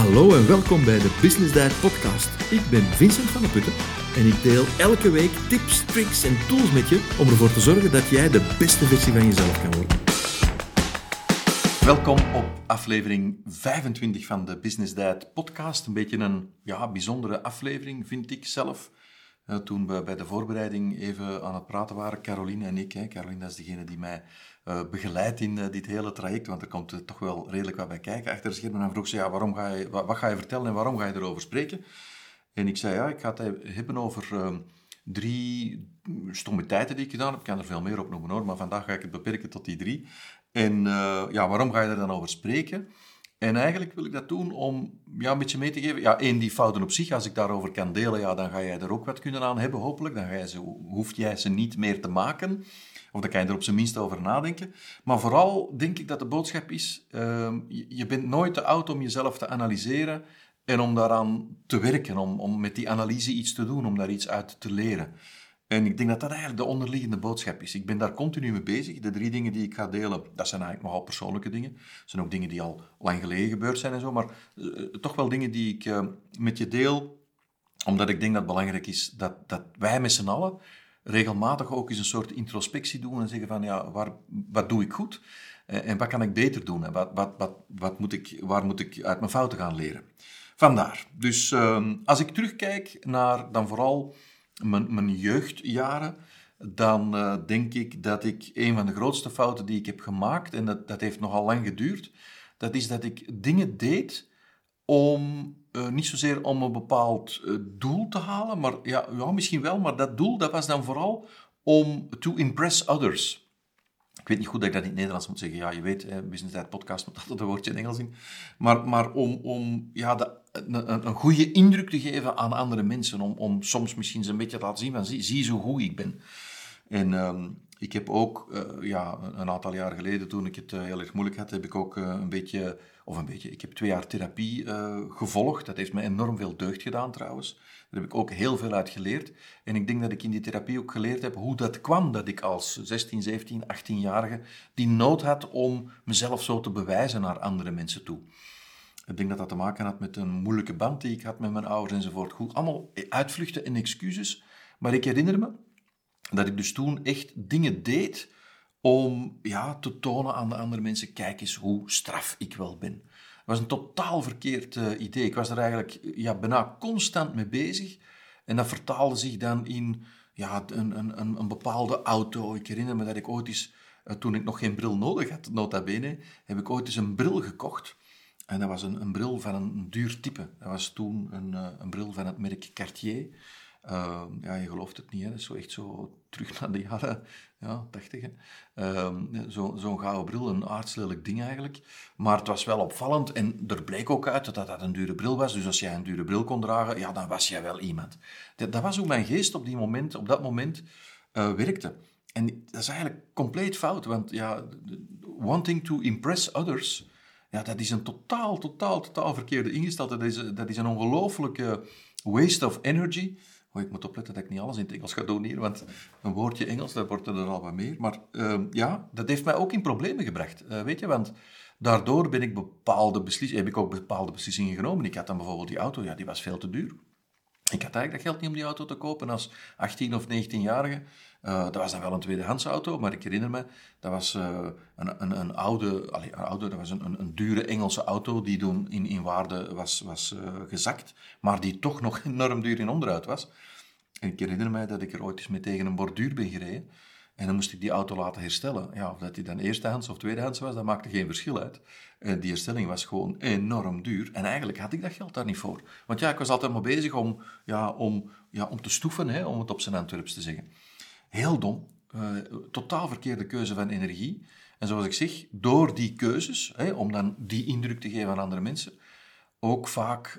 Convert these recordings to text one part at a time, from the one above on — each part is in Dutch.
Hallo en welkom bij de Business Diet podcast. Ik ben Vincent van der Putten en ik deel elke week tips, tricks en tools met je om ervoor te zorgen dat jij de beste versie van jezelf kan worden. Welkom op aflevering 25 van de Business Diet podcast. Een beetje een bijzondere aflevering, vind ik zelf. Toen we bij de voorbereiding even aan het praten waren, Caroline en ik. Caroline, dat is degene die mij begeleidt in dit hele traject, want er komt toch wel redelijk wat bij kijken. Achter de schermen, dan vroeg ze, wat ga je vertellen en waarom ga je erover spreken? En ik zei, ik ga het hebben over 3 stommiteiten die ik gedaan heb. Ik kan er veel meer op noemen hoor, maar vandaag ga ik het beperken tot die 3. En waarom ga je er dan over spreken? En eigenlijk wil ik dat doen om een beetje mee te geven. 1, die fouten op zich, als ik daarover kan delen, dan ga jij er ook wat kunnen aan hebben, hopelijk. Dan hoef jij ze niet meer te maken. Of dan kan je er op zijn minst over nadenken. Maar vooral denk ik dat de boodschap is, je bent nooit te oud om jezelf te analyseren en om daaraan te werken, om met die analyse iets te doen, om daar iets uit te leren. En ik denk dat dat eigenlijk de onderliggende boodschap is. Ik ben daar continu mee bezig. De 3 dingen die ik ga delen, dat zijn eigenlijk nogal persoonlijke dingen. Dat zijn ook dingen die al lang geleden gebeurd zijn en zo, maar toch wel dingen die ik met je deel, omdat ik denk dat het belangrijk is dat wij met z'n allen regelmatig ook eens een soort introspectie doen en zeggen van, wat doe ik goed? En wat kan ik beter doen? En waar moet ik uit mijn fouten gaan leren? Vandaar. Dus als ik terugkijk naar dan vooral mijn jeugdjaren, dan denk ik dat ik een van de grootste fouten die ik heb gemaakt, en dat heeft nogal lang geduurd, dat is dat ik dingen deed om, niet zozeer om een bepaald doel te halen, maar misschien wel, maar dat doel dat was dan vooral om to impress others. Ik weet niet goed dat ik dat in het Nederlands moet zeggen. Je weet, Business Diet podcast moet altijd een woordje in Engels in. Maar om een goede indruk te geven aan andere mensen. Om soms misschien ze een beetje te laten zien van, zie zo goed ik ben. En ik heb ook, een aantal jaar geleden, toen ik het heel erg moeilijk had, heb ik ook ik heb 2 jaar therapie gevolgd. Dat heeft me enorm veel deugd gedaan trouwens. Daar heb ik ook heel veel uit geleerd. En ik denk dat ik in die therapie ook geleerd heb hoe dat kwam dat ik als 16, 17, 18-jarige die nood had om mezelf zo te bewijzen naar andere mensen toe. Ik denk dat dat te maken had met een moeilijke band die ik had met mijn ouders enzovoort. Goed, allemaal uitvluchten en excuses. Maar ik herinner me dat ik dus toen echt dingen deed om te tonen aan de andere mensen, kijk eens hoe straf ik wel ben. Het was een totaal verkeerd idee. Ik was er eigenlijk bijna constant mee bezig. En dat vertaalde zich dan in een bepaalde auto. Ik herinner me dat ik ooit eens, toen ik nog geen bril nodig had, nota bene, heb ik ooit eens een bril gekocht. En dat was een bril van een duur type. Dat was toen een bril van het merk Cartier. Je gelooft het niet, hè? Dat is echt zo terug naar de jaren 80. Zo'n gouden bril, een aardslelijk ding eigenlijk. Maar het was wel opvallend en er bleek ook uit dat dat een dure bril was. Dus als jij een dure bril kon dragen, dan was jij wel iemand. Dat was hoe mijn geest op dat moment werkte. En dat is eigenlijk compleet fout, want wanting to impress others, dat is een totaal verkeerde ingesteldheid. Dat is een ongelooflijke waste of energy. Ik moet opletten dat ik niet alles in het Engels ga doen hier, want een woordje Engels, daar wordt er al wat meer. Maar dat heeft mij ook in problemen gebracht, weet je, want daardoor heb ik ook bepaalde beslissingen genomen. Ik had dan bijvoorbeeld die auto, die was veel te duur. Ik had eigenlijk dat geld niet om die auto te kopen als 18 of 19-jarige. Dat was dan wel een tweedehands auto, maar ik herinner me, dat was een oude, dat was een dure Engelse auto die toen in waarde was gezakt, maar die toch nog enorm duur in onderhoud was. En ik herinner me dat ik er ooit eens mee tegen een borduur ben gereden. En dan moest ik die auto laten herstellen. Of dat die dan eerstehands of tweedehands was, dat maakte geen verschil uit. Die herstelling was gewoon enorm duur. En eigenlijk had ik dat geld daar niet voor. Want ik was altijd maar bezig om te stoeven, om het op zijn Antwerps te zeggen. Heel dom. Totaal verkeerde keuze van energie. En zoals ik zeg, door die keuzes, om dan die indruk te geven aan andere mensen, ook vaak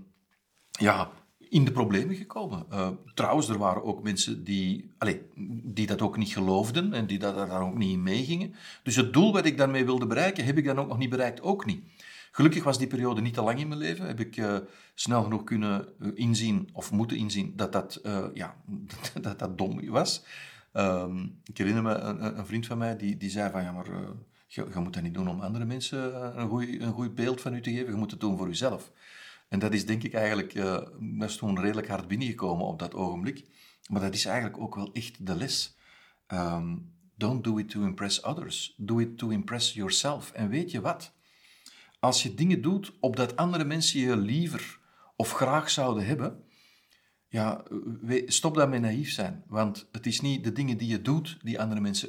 in de problemen gekomen. Trouwens, er waren ook mensen die dat ook niet geloofden en die daar ook niet in meegingen. Dus het doel wat ik daarmee wilde bereiken, heb ik dan ook nog niet bereikt, ook niet. Gelukkig was die periode niet te lang in mijn leven. Heb ik snel genoeg kunnen inzien, of moeten inzien, dat dom was. Ik herinner me een vriend van mij die zei van, Je moet dat niet doen om andere mensen een goed beeld van u te geven. Je moet het doen voor jezelf. En dat is denk ik eigenlijk, dat is toen redelijk hard binnengekomen op dat ogenblik. Maar dat is eigenlijk ook wel echt de les. Don't do it to impress others. Do it to impress yourself. En weet je wat? Als je dingen doet opdat andere mensen je liever of graag zouden hebben, ja, stop dan met naïef zijn. Want het is niet de dingen die je doet die andere mensen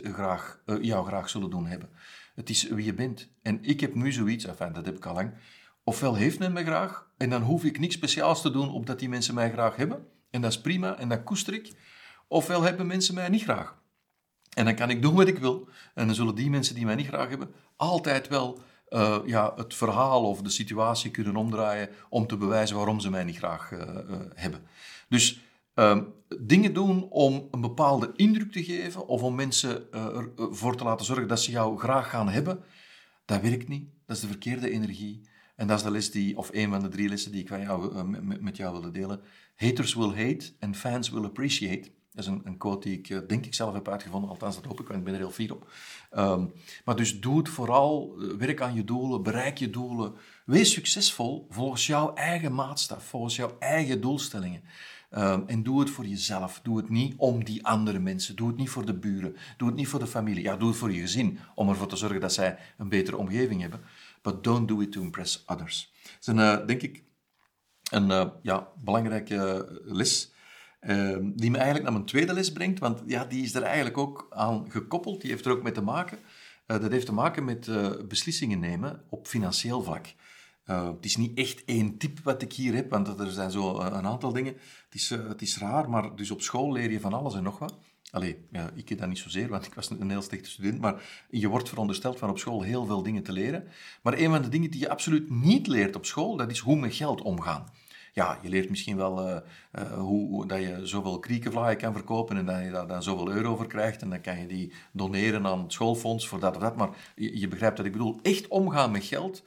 jou graag zullen doen hebben. Het is wie je bent. En ik heb nu zoiets, enfin, dat heb ik al lang. Ofwel heeft men me graag, en dan hoef ik niks speciaals te doen opdat die mensen mij graag hebben. En dat is prima, en dat koester ik. Ofwel hebben mensen mij niet graag. En dan kan ik doen wat ik wil. En dan zullen die mensen die mij niet graag hebben, altijd wel het verhaal of de situatie kunnen omdraaien om te bewijzen waarom ze mij niet graag hebben. Dus dingen doen om een bepaalde indruk te geven of om mensen ervoor te laten zorgen dat ze jou graag gaan hebben, dat werkt niet. Dat is de verkeerde energie. En dat is de les of een van de 3 lessen die ik met jou wilde delen. Haters will hate and fans will appreciate. Dat is een quote die ik denk ik zelf heb uitgevonden, althans dat hoop ik, want ik ben er heel fier op. Maar dus doe het vooral, werk aan je doelen, bereik je doelen. Wees succesvol volgens jouw eigen maatstaf, volgens jouw eigen doelstellingen. En doe het voor jezelf. Doe het niet om die andere mensen. Doe het niet voor de buren. Doe het niet voor de familie. Ja, doe het voor je gezin, om ervoor te zorgen dat zij een betere omgeving hebben. But don't do it to impress others. Dat is denk ik een belangrijke les. Die me eigenlijk naar mijn tweede les brengt, want ja, die is er eigenlijk ook aan gekoppeld. Die heeft er ook mee te maken. Dat heeft te maken met beslissingen nemen op financieel vlak. Het is niet echt één tip wat ik hier heb, want er zijn zo een aantal dingen. Het is raar, maar dus op school leer je van alles en nog wat. Allee, ja, ik heb dat niet zozeer, want ik was een heel slechte student, maar je wordt verondersteld van op school heel veel dingen te leren. Maar een van de dingen die je absoluut niet leert op school, dat is hoe met geld omgaan. Ja, je leert misschien wel hoe dat je zoveel kriekenvlaaien kan verkopen en dat je daar dan zoveel euro voor krijgt en dan kan je die doneren aan het schoolfonds voor dat of dat. Maar je begrijpt wat ik bedoel. Echt omgaan met geld,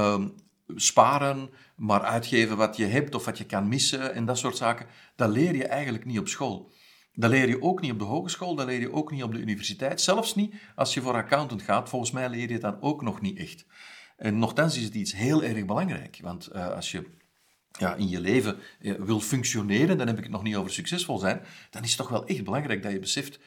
sparen, maar uitgeven wat je hebt of wat je kan missen en dat soort zaken, dat leer je eigenlijk niet op school. Dat leer je ook niet op de hogeschool, dat leer je ook niet op de universiteit. Zelfs niet als je voor accountant gaat. Volgens mij leer je het dan ook nog niet echt. En nochtans is het iets heel erg belangrijk. Want als je in je leven wil functioneren, dan heb ik het nog niet over succesvol zijn, dan is het toch wel echt belangrijk dat je beseft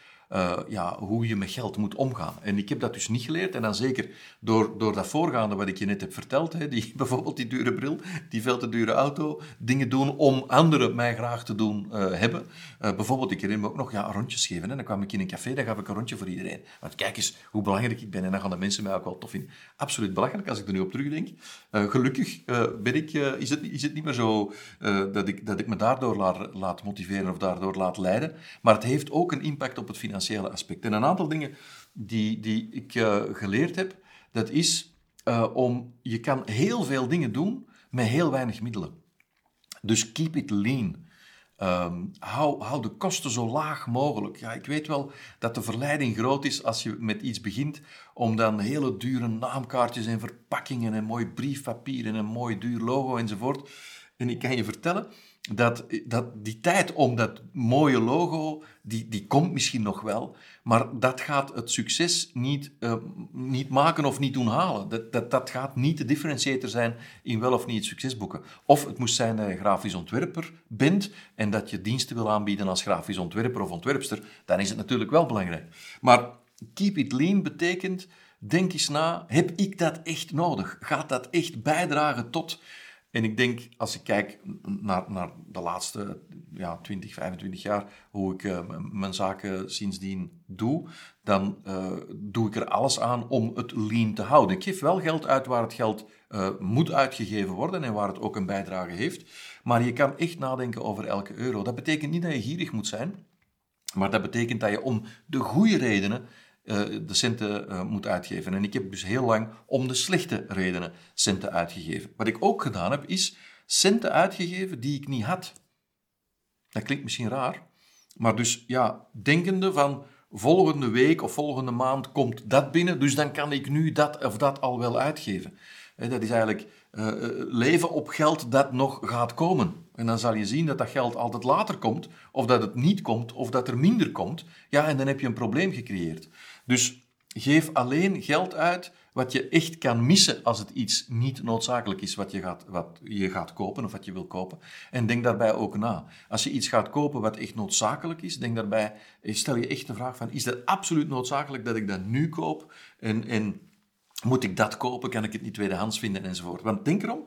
hoe je met geld moet omgaan. En ik heb dat dus niet geleerd. En dan zeker door dat voorgaande wat ik je net heb verteld, bijvoorbeeld die dure bril, die veel te dure auto, dingen doen om anderen mij graag te doen hebben. Bijvoorbeeld, ik herinner me ook nog rondjes geven. Hè. Dan kwam ik in een café, dan gaf ik een rondje voor iedereen. Want kijk eens hoe belangrijk ik ben. En dan gaan de mensen mij ook wel tof vinden. Absoluut belangrijk, als ik er nu op terugdenk. Gelukkig is het niet meer zo dat ik me daardoor laat motiveren of daardoor laat leiden. Maar het heeft ook een impact op het financiële aspect. En een aantal dingen die ik geleerd heb, dat is je kan heel veel dingen doen met heel weinig middelen. Dus keep it lean. Hou de kosten zo laag mogelijk. Ja, ik weet wel dat de verleiding groot is als je met iets begint om dan hele dure naamkaartjes en verpakkingen en mooi briefpapier en een mooi duur logo enzovoort. En ik kan je vertellen dat die tijd om dat mooie logo, die komt misschien nog wel, maar dat gaat het succes niet maken of niet doen halen. Dat gaat niet de differentiator zijn in wel of niet het succes boeken. Of het moest zijn dat je grafisch ontwerper bent en dat je diensten wil aanbieden als grafisch ontwerper of ontwerpster, dan is het natuurlijk wel belangrijk. Maar keep it lean betekent, denk eens na, heb ik dat echt nodig? Gaat dat echt bijdragen tot... En ik denk, als ik kijk naar de laatste 20, 25 jaar, hoe ik mijn zaken sindsdien doe, dan doe ik er alles aan om het lean te houden. Ik geef wel geld uit waar het geld moet uitgegeven worden en waar het ook een bijdrage heeft. Maar je kan echt nadenken over elke euro. Dat betekent niet dat je gierig moet zijn, maar dat betekent dat je om de goede redenen de centen moet uitgeven. En ik heb dus heel lang om de slechte redenen centen uitgegeven. Wat ik ook gedaan heb, is centen uitgegeven die ik niet had. Dat klinkt misschien raar, maar dus denkende van volgende week of volgende maand komt dat binnen, dus dan kan ik nu dat of dat al wel uitgeven. Dat is eigenlijk leven op geld dat nog gaat komen. En dan zal je zien dat dat geld altijd later komt, of dat het niet komt, of dat er minder komt. Ja, en dan heb je een probleem gecreëerd. Dus geef alleen geld uit wat je echt kan missen als het iets niet noodzakelijk is wat je gaat kopen of wat je wil kopen. En denk daarbij ook na. Als je iets gaat kopen wat echt noodzakelijk is, denk daarbij, stel je echt de vraag van, is dat absoluut noodzakelijk dat ik dat nu koop? En moet ik dat kopen? Kan ik het niet tweedehands vinden? Enzovoort. Want denk erom,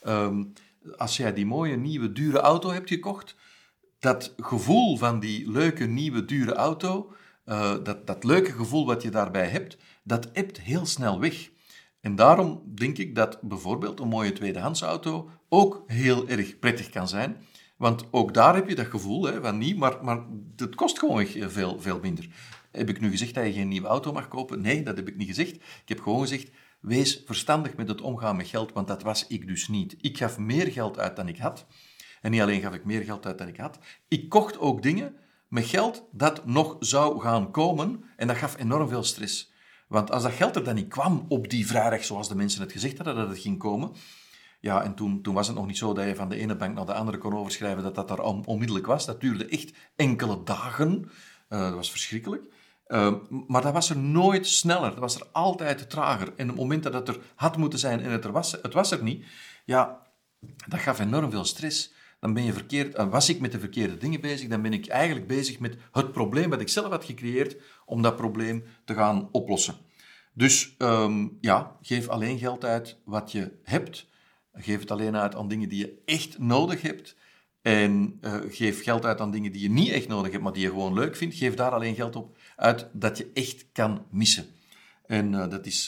als jij die mooie, nieuwe, dure auto hebt gekocht, dat gevoel van die leuke, nieuwe, dure auto, dat leuke gevoel wat je daarbij hebt, dat ebt heel snel weg. En daarom denk ik dat bijvoorbeeld een mooie tweedehands auto ook heel erg prettig kan zijn. Want ook daar heb je dat gevoel van nieuw, maar het kost gewoon veel, veel minder. Heb ik nu gezegd dat je geen nieuwe auto mag kopen? Nee, dat heb ik niet gezegd. Ik heb gewoon gezegd, wees verstandig met het omgaan met geld, want dat was ik dus niet. Ik gaf meer geld uit dan ik had. En niet alleen gaf ik meer geld uit dan ik had. Ik kocht ook dingen met geld dat nog zou gaan komen. En dat gaf enorm veel stress. Want als dat geld er dan niet kwam op die vrijdag, zoals de mensen het gezegd hadden dat het ging komen. Ja, en toen was het nog niet zo dat je van de ene bank naar de andere kon overschrijven dat er onmiddellijk was. Dat duurde echt enkele dagen. Dat was verschrikkelijk. Maar dat was er nooit sneller. Dat was er altijd trager. En op het moment dat het er had moeten zijn en het was er niet, ja, dat gaf enorm veel stress. Dan was ik met de verkeerde dingen bezig. Dan ben ik eigenlijk bezig met het probleem wat ik zelf had gecreëerd om dat probleem te gaan oplossen. Dus geef alleen geld uit wat je hebt. Geef het alleen uit aan dingen die je echt nodig hebt. En geef geld uit aan dingen die je niet echt nodig hebt, maar die je gewoon leuk vindt. Geef daar alleen geld op uit dat je echt kan missen. En dat is...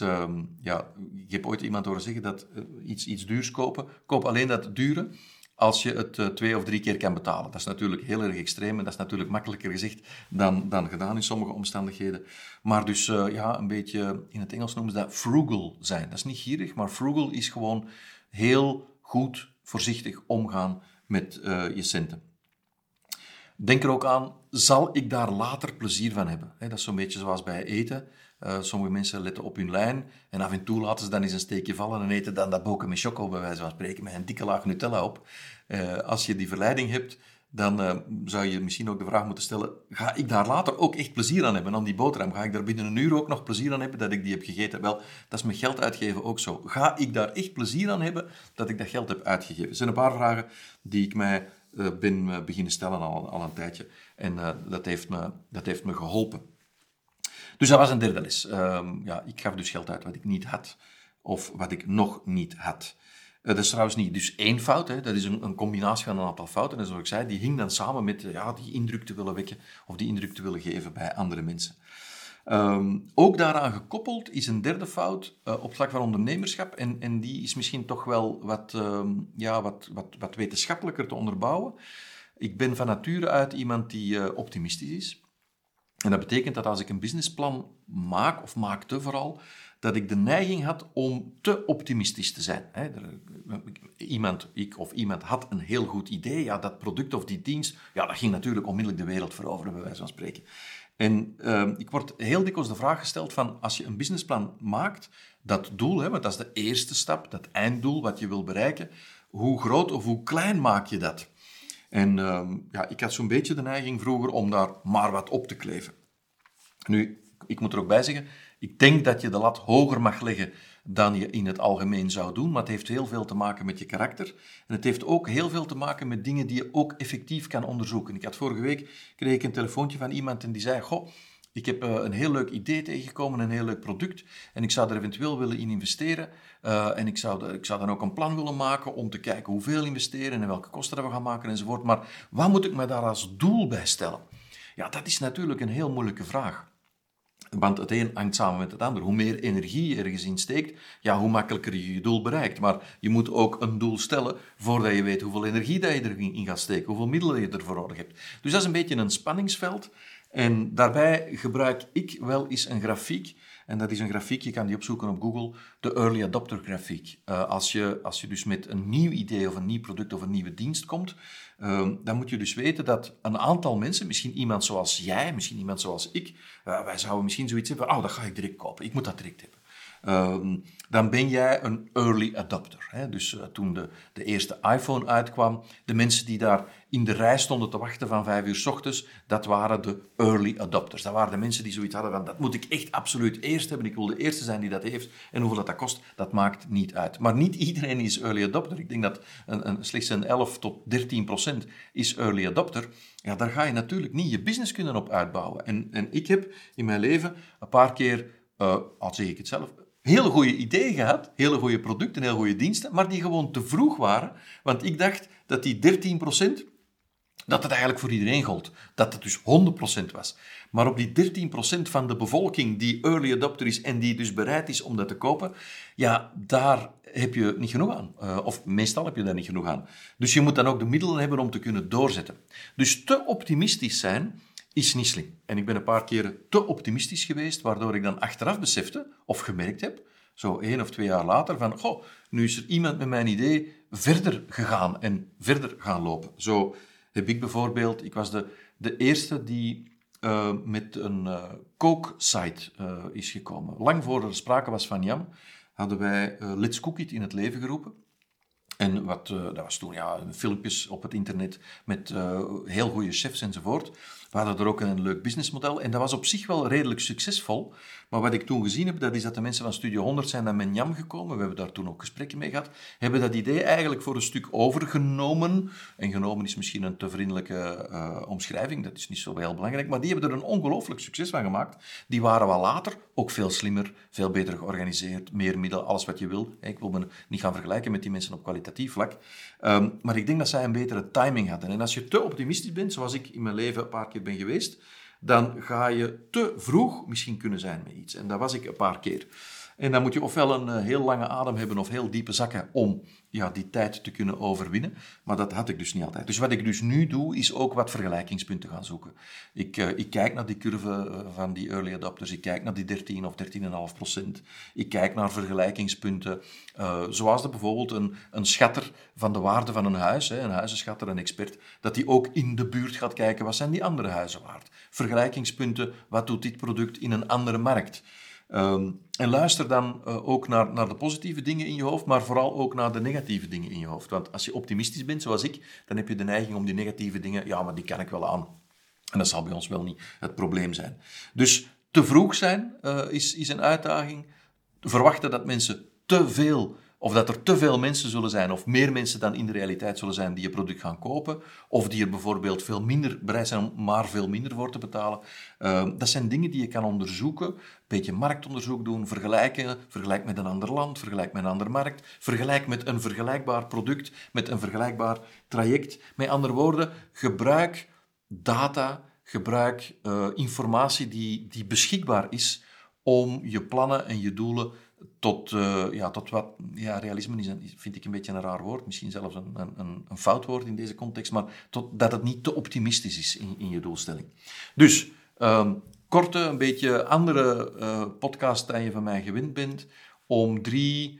ik heb ooit iemand horen zeggen dat iets duurs kopen. Koop alleen dat dure als je het 2 of 3 keer kan betalen. Dat is natuurlijk heel erg extreem en dat is natuurlijk makkelijker gezegd dan gedaan in sommige omstandigheden. Maar dus een beetje, in het Engels noemen ze dat frugal zijn. Dat is niet gierig, maar frugal is gewoon heel goed, voorzichtig omgaan met je centen. Denk er ook aan, zal ik daar later plezier van hebben? Dat is zo'n beetje zoals bij eten. Sommige mensen letten op hun lijn en af en toe laten ze dan eens een steekje vallen en eten dan dat boken met choco, bij wijze van spreken, met een dikke laag Nutella op. Als je die verleiding hebt, dan zou je misschien ook de vraag moeten stellen, ga ik daar later ook echt plezier aan hebben, aan die boterham? Ga ik daar binnen een uur ook nog plezier aan hebben dat ik die heb gegeten? Wel, dat is met geld uitgeven ook zo. Ga ik daar echt plezier aan hebben dat ik dat geld heb uitgegeven? Er zijn een paar vragen die ik mij ben beginnen stellen al een tijdje. En dat heeft me geholpen. Dus dat was een derde les. Ik gaf dus geld uit wat ik niet had. Of wat ik nog niet had. Dat is trouwens niet dus één fout. Hè. Dat is een combinatie van een aantal fouten. En zoals ik zei, die hing dan samen met die indruk te willen wekken. Of die indruk te willen geven bij andere mensen. Ook daaraan gekoppeld is een derde fout op vlak van ondernemerschap. En die is misschien toch wel wat wetenschappelijker te onderbouwen. Ik ben van nature uit iemand die optimistisch is. En dat betekent dat als ik een businessplan maak, of maakte vooral, dat ik de neiging had om te optimistisch te zijn. Iemand had een heel goed idee. Ja, dat product of die dienst, dat ging natuurlijk onmiddellijk de wereld veroveren, bij wijze van spreken. En ik word heel dikwijls de vraag gesteld van, als je een businessplan maakt, dat doel, want dat is de eerste stap, dat einddoel wat je wil bereiken, hoe groot of hoe klein maak je dat? En ik had zo'n beetje de neiging vroeger om daar maar wat op te kleven. Nu, ik moet er ook bij zeggen, ik denk dat je de lat hoger mag leggen dan je in het algemeen zou doen, maar het heeft heel veel te maken met je karakter. En het heeft ook heel veel te maken met dingen die je ook effectief kan onderzoeken. Vorige week kreeg ik een telefoontje van iemand en die zei, goh, ik heb een heel leuk idee tegengekomen, een heel leuk product, en ik zou er eventueel willen in investeren. En ik zou dan ook een plan willen maken om te kijken hoeveel investeren en welke kosten dat we gaan maken enzovoort. Maar wat moet ik me daar als doel bij stellen? Ja, dat is natuurlijk een heel moeilijke vraag. Want het een hangt samen met het ander. Hoe meer energie je ergens in steekt, hoe makkelijker je je doel bereikt. Maar je moet ook een doel stellen voordat je weet hoeveel energie dat je erin gaat steken, hoeveel middelen je ervoor nodig hebt. Dus dat is een beetje een spanningsveld. En daarbij gebruik ik wel eens een grafiek. En dat is een grafiek, je kan die opzoeken op Google, de Early Adopter grafiek. Als je dus met een nieuw idee of een nieuw product of een nieuwe dienst komt, dan moet je dus weten dat een aantal mensen, misschien iemand zoals jij, misschien iemand zoals ik, wij zouden misschien zoiets hebben, dat ga ik direct kopen, ik moet dat direct hebben. dan ben jij een early adopter. Hè? Dus toen de eerste iPhone uitkwam, de mensen die daar in de rij stonden te wachten van 5 uur 's ochtends, dat waren de early adopters. Dat waren de mensen die zoiets hadden van, dat moet ik echt absoluut eerst hebben. Ik wil de eerste zijn die dat heeft. En hoeveel dat kost, dat maakt niet uit. Maar niet iedereen is early adopter. Ik denk dat slechts een 11 tot 13% is early adopter. Ja, daar ga je natuurlijk niet je business kunnen op uitbouwen. En ik heb in mijn leven een paar keer, al zeg ik het zelf, hele goede ideeën gehad, hele goede producten, hele goede diensten, maar die gewoon te vroeg waren. Want ik dacht dat die 13%, dat het eigenlijk voor iedereen gold. Dat het dus 100% was. Maar op die 13% van de bevolking die early adopter is en die dus bereid is om dat te kopen, ja, daar heb je niet genoeg aan. Of meestal heb je daar niet genoeg aan. Dus je moet dan ook de middelen hebben om te kunnen doorzetten. Dus te optimistisch zijn is niet slim. En ik ben een paar keren te optimistisch geweest, waardoor ik dan achteraf besefte, of gemerkt heb, zo 1 of 2 jaar later, van, goh, nu is er iemand met mijn idee verder gegaan en verder gaan lopen. Zo heb ik bijvoorbeeld, ik was de eerste die met een kook-site is gekomen. Lang voor er sprake was van Jam, hadden wij Let's Cook It in het leven geroepen. En dat was toen filmpjes op het internet met heel goede chefs enzovoort. We hadden er ook een leuk businessmodel en dat was op zich wel redelijk succesvol. Maar wat ik toen gezien heb, dat is dat de mensen van Studio 100 zijn dan met Njam gekomen. We hebben daar toen ook gesprekken mee gehad. Hebben dat idee eigenlijk voor een stuk overgenomen. En genomen is misschien een te vriendelijke omschrijving. Dat is niet zo heel belangrijk. Maar die hebben er een ongelooflijk succes van gemaakt. Die waren wel later ook veel slimmer, veel beter georganiseerd, meer middelen, alles wat je wil. Ik wil me niet gaan vergelijken met die mensen op kwalitatief vlak. Maar ik denk dat zij een betere timing hadden. En als je te optimistisch bent, zoals ik in mijn leven een paar keer ben geweest, dan ga je te vroeg misschien kunnen zijn met iets. En dat was ik een paar keer. En dan moet je ofwel een heel lange adem hebben of heel diepe zakken om die tijd te kunnen overwinnen. Maar dat had ik dus niet altijd. Dus wat ik dus nu doe, is ook wat vergelijkingspunten gaan zoeken. Ik kijk naar die curve van die early adopters. Ik kijk naar die 13 of 13,5%. Ik kijk naar vergelijkingspunten. Zoals bijvoorbeeld een schatter van de waarde van een huis, een huizenschatter, een expert, dat die ook in de buurt gaat kijken, wat zijn die andere huizen waard. Vergelijkingspunten, wat doet dit product in een andere markt. En luister dan ook naar de positieve dingen in je hoofd, maar vooral ook naar de negatieve dingen in je hoofd. Want als je optimistisch bent, zoals ik, dan heb je de neiging om die negatieve dingen, maar die kan ik wel aan. En dat zal bij ons wel niet het probleem zijn. Dus te vroeg zijn is een uitdaging. Verwachten dat mensen te veel, of dat er te veel mensen zullen zijn, of meer mensen dan in de realiteit zullen zijn die je product gaan kopen, of die er bijvoorbeeld veel minder bereid zijn om maar veel minder voor te betalen. Dat zijn dingen die je kan onderzoeken, een beetje marktonderzoek doen, vergelijk met een ander land, vergelijk met een andere markt, vergelijk met een vergelijkbaar product, met een vergelijkbaar traject. Met andere woorden, gebruik data, gebruik informatie die beschikbaar is om je plannen en je doelen tot wat... Ja, realisme vind ik een beetje een raar woord. Misschien zelfs een fout woord in deze context. Maar dat het niet te optimistisch is in je doelstelling. Dus, korte, een beetje andere podcast dan je van mij gewend bent. Om 3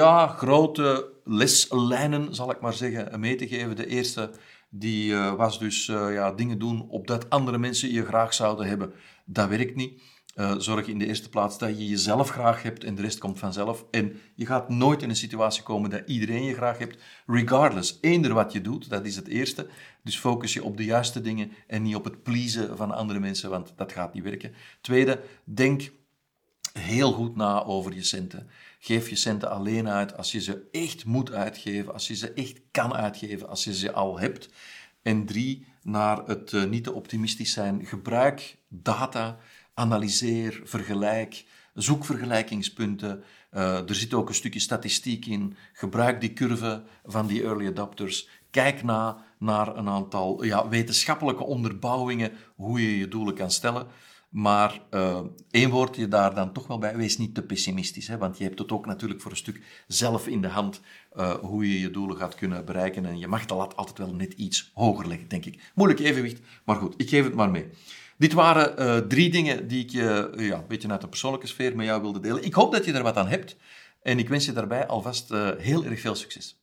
grote leslijnen, zal ik maar zeggen, mee te geven. De eerste, die was dus dingen doen opdat andere mensen je graag zouden hebben. Dat werkt niet. Zorg in de eerste plaats dat je jezelf graag hebt en de rest komt vanzelf. En je gaat nooit in een situatie komen dat iedereen je graag hebt, regardless. Eender wat je doet, dat is het eerste. Dus focus je op de juiste dingen en niet op het pleasen van andere mensen, want dat gaat niet werken. Tweede, denk heel goed na over je centen. Geef je centen alleen uit als je ze echt moet uitgeven, als je ze echt kan uitgeven, als je ze al hebt. En 3, naar het niet te optimistisch zijn. Gebruik data. Analyseer, vergelijk, zoek vergelijkingspunten. Er zit ook een stukje statistiek in. Gebruik die curve van die early adopters. Kijk naar een aantal wetenschappelijke onderbouwingen hoe je je doelen kan stellen. Maar 1 woordje daar dan toch wel bij. Wees niet te pessimistisch. Hè? Want je hebt het ook natuurlijk voor een stuk zelf in de hand hoe je je doelen gaat kunnen bereiken. En je mag de lat altijd wel net iets hoger leggen, denk ik. Moeilijk evenwicht, maar goed, ik geef het maar mee. Dit waren 3 dingen die ik een beetje uit de persoonlijke sfeer met jou wilde delen. Ik hoop dat je er wat aan hebt en ik wens je daarbij alvast heel erg veel succes.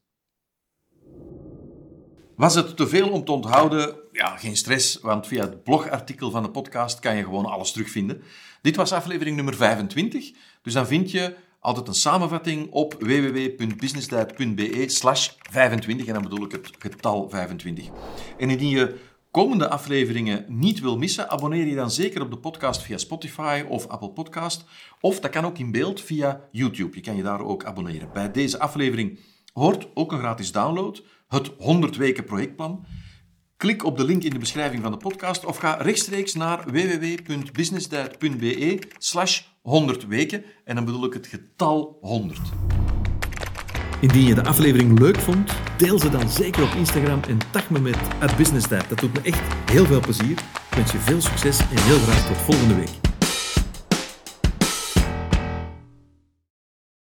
Was het te veel om te onthouden? Ja, geen stress, want via het blogartikel van de podcast kan je gewoon alles terugvinden. Dit was aflevering nummer 25, dus dan vind je altijd een samenvatting op www.businessdiet.be/25 en dan bedoel ik het getal 25. En indien je komende afleveringen niet wil missen, abonneer je dan zeker op de podcast via Spotify of Apple Podcast. Of dat kan ook in beeld via YouTube. Je kan je daar ook abonneren. Bij deze aflevering hoort ook een gratis download, het 100 weken projectplan. Klik op de link in de beschrijving van de podcast of ga rechtstreeks naar www.businessdiet.be/100 weken en dan bedoel ik het getal 100. Indien je de aflevering leuk vond, deel ze dan zeker op Instagram en tag me met @businessdiet. Dat doet me echt heel veel plezier. Ik wens je veel succes en heel graag tot volgende week.